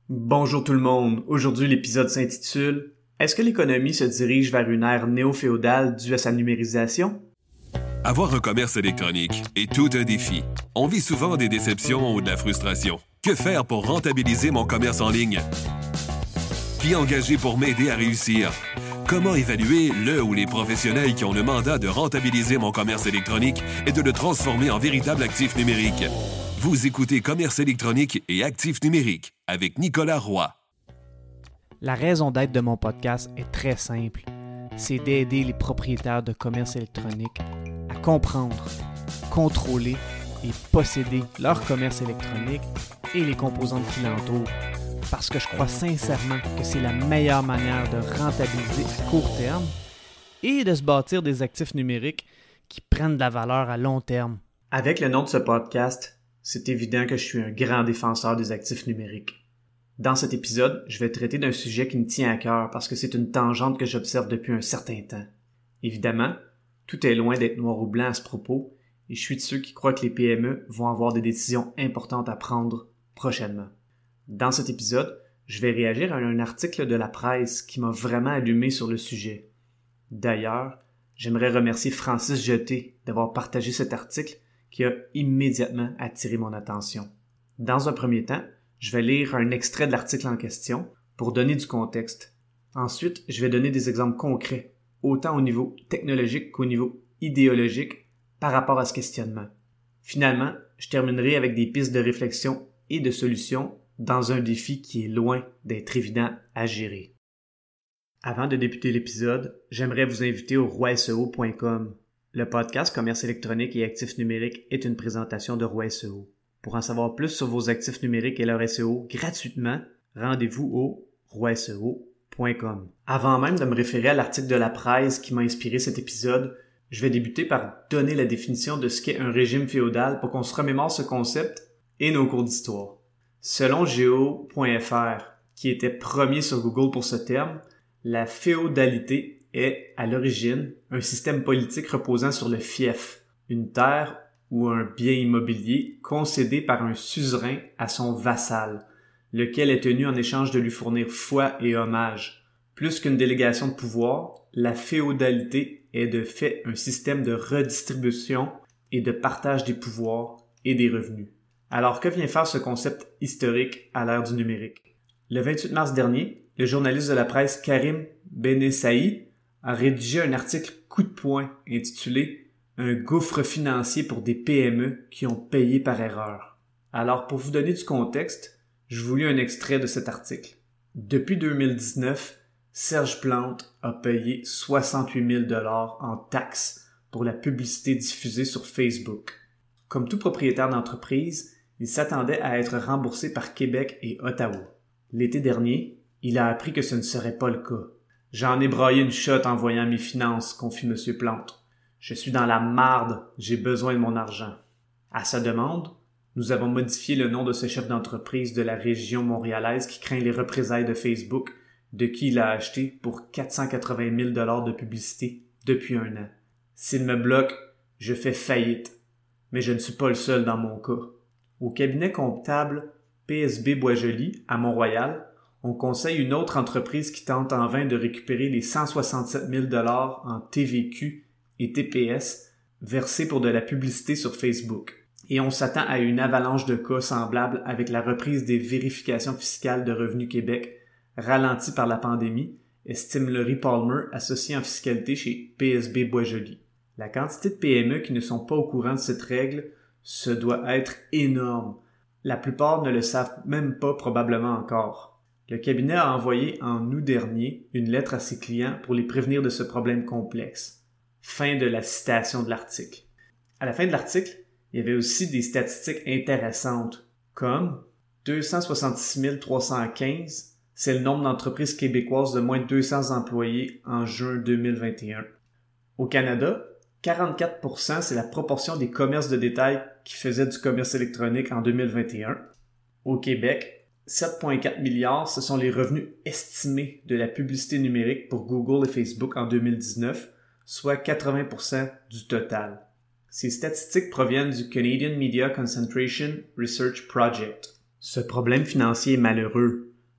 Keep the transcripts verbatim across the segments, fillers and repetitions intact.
Bonjour tout le monde. Aujourd'hui, l'épisode s'intitule « Est-ce que l'économie se dirige vers une ère néo-féodale due à sa numérisation? » Avoir un commerce électronique est tout un défi. On vit souvent des déceptions ou de la frustration. Que faire pour rentabiliser mon commerce en ligne? Qui engager pour m'aider à réussir? Comment évaluer le ou les professionnels qui ont le mandat de rentabiliser mon commerce électronique et de le transformer en véritable actif numérique? Vous écoutez Commerce électronique et actifs numériques avec Nicolas Roy. La raison d'être de mon podcast est très simple. C'est d'aider les propriétaires de commerce électronique à comprendre, contrôler et posséder leur commerce électronique et les composantes qui l'entourent. Parce que je crois sincèrement que c'est la meilleure manière de rentabiliser à court terme et de se bâtir des actifs numériques qui prennent de la valeur à long terme. Avec le nom de ce podcast, c'est évident que je suis un grand défenseur des actifs numériques. Dans cet épisode, je vais traiter d'un sujet qui me tient à cœur parce que c'est une tangente que j'observe depuis un certain temps. Évidemment, tout est loin d'être noir ou blanc à ce propos et je suis de ceux qui croient que les P M E vont avoir des décisions importantes à prendre prochainement. Dans cet épisode, je vais réagir à un article de la presse qui m'a vraiment allumé sur le sujet. D'ailleurs, j'aimerais remercier Francis Jeté d'avoir partagé cet article qui a immédiatement attiré mon attention. Dans un premier temps, je vais lire un extrait de l'article en question pour donner du contexte. Ensuite, je vais donner des exemples concrets, autant au niveau technologique qu'au niveau idéologique par rapport à ce questionnement. Finalement, je terminerai avec des pistes de réflexion et de solutions dans un défi qui est loin d'être évident à gérer. Avant de débuter l'épisode, j'aimerais vous inviter au roi S E O point com. Le podcast Commerce électronique et actifs numériques est une présentation de Roi S E O. Pour en savoir plus sur vos actifs numériques et leur S E O gratuitement, rendez-vous au roi S E O point com. Avant même de me référer à l'article de la presse qui m'a inspiré cet épisode, je vais débuter par donner la définition de ce qu'est un régime féodal pour qu'on se remémore ce concept et nos cours d'histoire. Selon Géo point F R, qui était premier sur Google pour ce terme, la féodalité est, à l'origine, un système politique reposant sur le fief, une terre ou un bien immobilier concédé par un suzerain à son vassal, lequel est tenu en échange de lui fournir foi et hommage. Plus qu'une délégation de pouvoir, la féodalité est de fait un système de redistribution et de partage des pouvoirs et des revenus. Alors, que vient faire ce concept historique à l'ère du numérique? Le vingt-huit mars dernier, le journaliste de la presse Karim Benessaï a rédigé un article coup de poing intitulé « Un gouffre financier pour des P M E qui ont payé par erreur ». Alors, pour vous donner du contexte, je vous lis un extrait de cet article. Depuis deux mille dix-neuf, Serge Plante a payé soixante-huit mille dollars en taxes pour la publicité diffusée sur Facebook. Comme tout propriétaire d'entreprise, il s'attendait à être remboursé par Québec et Ottawa. L'été dernier, il a appris que ce ne serait pas le cas. « J'en ai braillé une shot en voyant mes finances, confie M. Plante. Je suis dans la marde, j'ai besoin de mon argent. » À sa demande, nous avons modifié le nom de ce chef d'entreprise de la région montréalaise qui craint les représailles de Facebook, de qui il a acheté pour quatre cent quatre-vingt mille dollars de publicité depuis un an. S'il me bloque, je fais faillite. Mais je ne suis pas le seul dans mon cas. Au cabinet comptable P S B Boisjoli, à Mont-Royal, on conseille une autre entreprise qui tente en vain de récupérer les cent soixante-sept mille dollars en T V Q et T P S versés pour de la publicité sur Facebook. Et on s'attend à une avalanche de cas semblables avec la reprise des vérifications fiscales de Revenu Québec, ralentie par la pandémie, estime Laurie Palmer, associée en fiscalité chez P S B Boisjoli. La quantité de P M E qui ne sont pas au courant de cette règle, ce doit être énorme. La plupart ne le savent même pas probablement encore. Le cabinet a envoyé en août dernier une lettre à ses clients pour les prévenir de ce problème complexe. Fin de la citation de l'article. À la fin de l'article, il y avait aussi des statistiques intéressantes, comme deux cent soixante-six mille trois cent quinze, c'est le nombre d'entreprises québécoises de moins de deux cents employés en juin deux mille vingt et un. Au Canada, quarante-quatre pour cent c'est la proportion des commerces de détail qui faisaient du commerce électronique en deux mille vingt et un. Au Québec, sept virgule quatre milliards, ce sont les revenus estimés de la publicité numérique pour Google et Facebook en deux mille dix-neuf, soit quatre-vingts pour cent du total. Ces statistiques proviennent du Canadian Media Concentration Research Project. Ce problème financier est malheureux,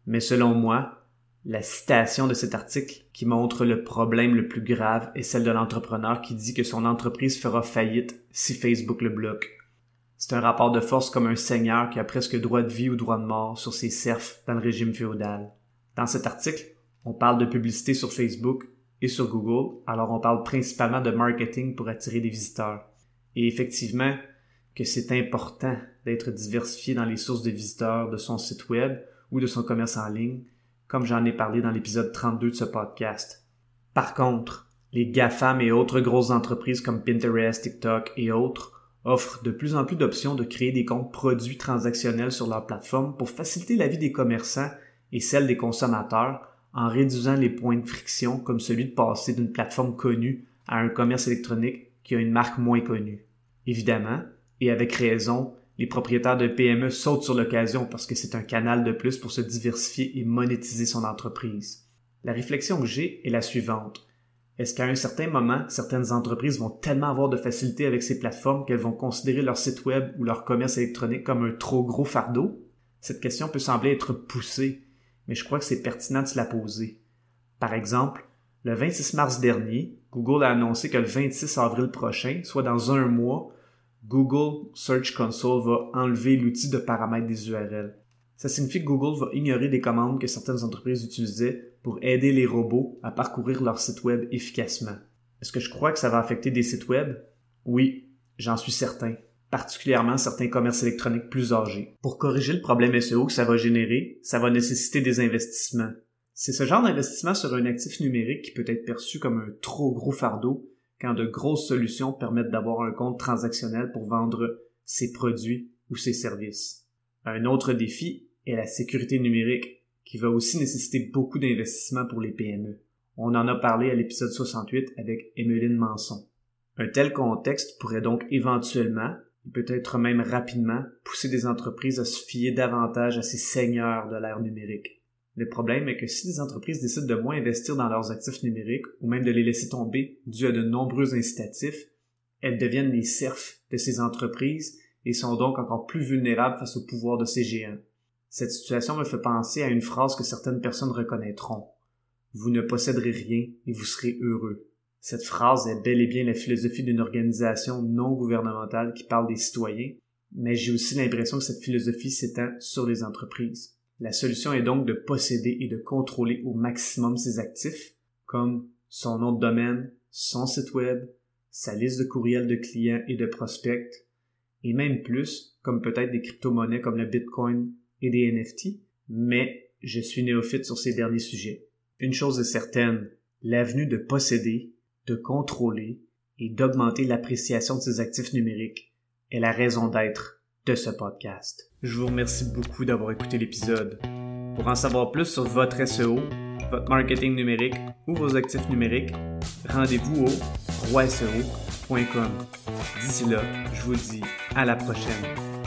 Mais selon moi, la citation de cet article qui montre le problème le plus grave est celle de l'entrepreneur qui dit que son entreprise fera faillite si Facebook le bloque. C'est un rapport de force comme un seigneur qui a presque droit de vie ou droit de mort sur ses serfs dans le régime féodal. Dans cet article, on parle de publicité sur Facebook et sur Google, alors on parle principalement de marketing pour attirer des visiteurs. Et effectivement, que c'est important d'être diversifié dans les sources de visiteurs de son site web ou de son commerce en ligne, comme j'en ai parlé dans l'épisode trente-deux de ce podcast. Par contre, les GAFAM et autres grosses entreprises comme Pinterest, TikTok et autres offrent de plus en plus d'options de créer des comptes produits transactionnels sur leur plateforme pour faciliter la vie des commerçants et celle des consommateurs en réduisant les points de friction comme celui de passer d'une plateforme connue à un commerce électronique qui a une marque moins connue. Évidemment, et avec raison, les propriétaires de P M E sautent sur l'occasion parce que c'est un canal de plus pour se diversifier et monétiser son entreprise. La réflexion que j'ai est la suivante. Est-ce qu'à un certain moment, certaines entreprises vont tellement avoir de facilité avec ces plateformes qu'elles vont considérer leur site web ou leur commerce électronique comme un trop gros fardeau? Cette question peut sembler être poussée, mais je crois que c'est pertinent de se la poser. Par exemple, le vingt-six mars dernier, Google a annoncé que le vingt-six avril prochain, soit dans un mois, Google Search Console va enlever l'outil de paramètres des U R L. Ça signifie que Google va ignorer des commandes que certaines entreprises utilisaient pour aider les robots à parcourir leur site web efficacement. Est-ce que je crois que ça va affecter des sites web? Oui, j'en suis certain, particulièrement certains commerces électroniques plus âgés. Pour corriger le problème S E O que ça va générer, ça va nécessiter des investissements. C'est ce genre d'investissement sur un actif numérique qui peut être perçu comme un trop gros fardeau quand de grosses solutions permettent d'avoir un compte transactionnel pour vendre ses produits ou ses services. Un autre défi est la sécurité numérique, qui va aussi nécessiter beaucoup d'investissements pour les P M E. On en a parlé à l'épisode soixante-huit avec Emeline Manson. Un tel contexte pourrait donc éventuellement, et peut-être même rapidement, pousser des entreprises à se fier davantage à ces seigneurs de l'ère numérique. Le problème est que si des entreprises décident de moins investir dans leurs actifs numériques, ou même de les laisser tomber dû à de nombreux incitatifs, elles deviennent les serfs de ces entreprises et sont donc encore plus vulnérables face au pouvoir de ces géants. Cette situation me fait penser à une phrase que certaines personnes reconnaîtront. Vous ne posséderez rien et vous serez heureux. Cette phrase est bel et bien la philosophie d'une organisation non gouvernementale qui parle des citoyens, mais j'ai aussi l'impression que cette philosophie s'étend sur les entreprises. La solution est donc de posséder et de contrôler au maximum ses actifs, comme son nom de domaine, son site web, sa liste de courriels de clients et de prospects, et même plus, comme peut-être des crypto-monnaies comme le Bitcoin et des N F T, mais je suis néophyte sur ces derniers sujets. Une chose est certaine, l'avenue de posséder, de contrôler et d'augmenter l'appréciation de ses actifs numériques est la raison d'être de ce podcast. Je vous remercie beaucoup d'avoir écouté l'épisode. Pour en savoir plus sur votre S E O, votre marketing numérique ou vos actifs numériques, rendez-vous au roi S E O point com. D'ici là, je vous dis à la prochaine.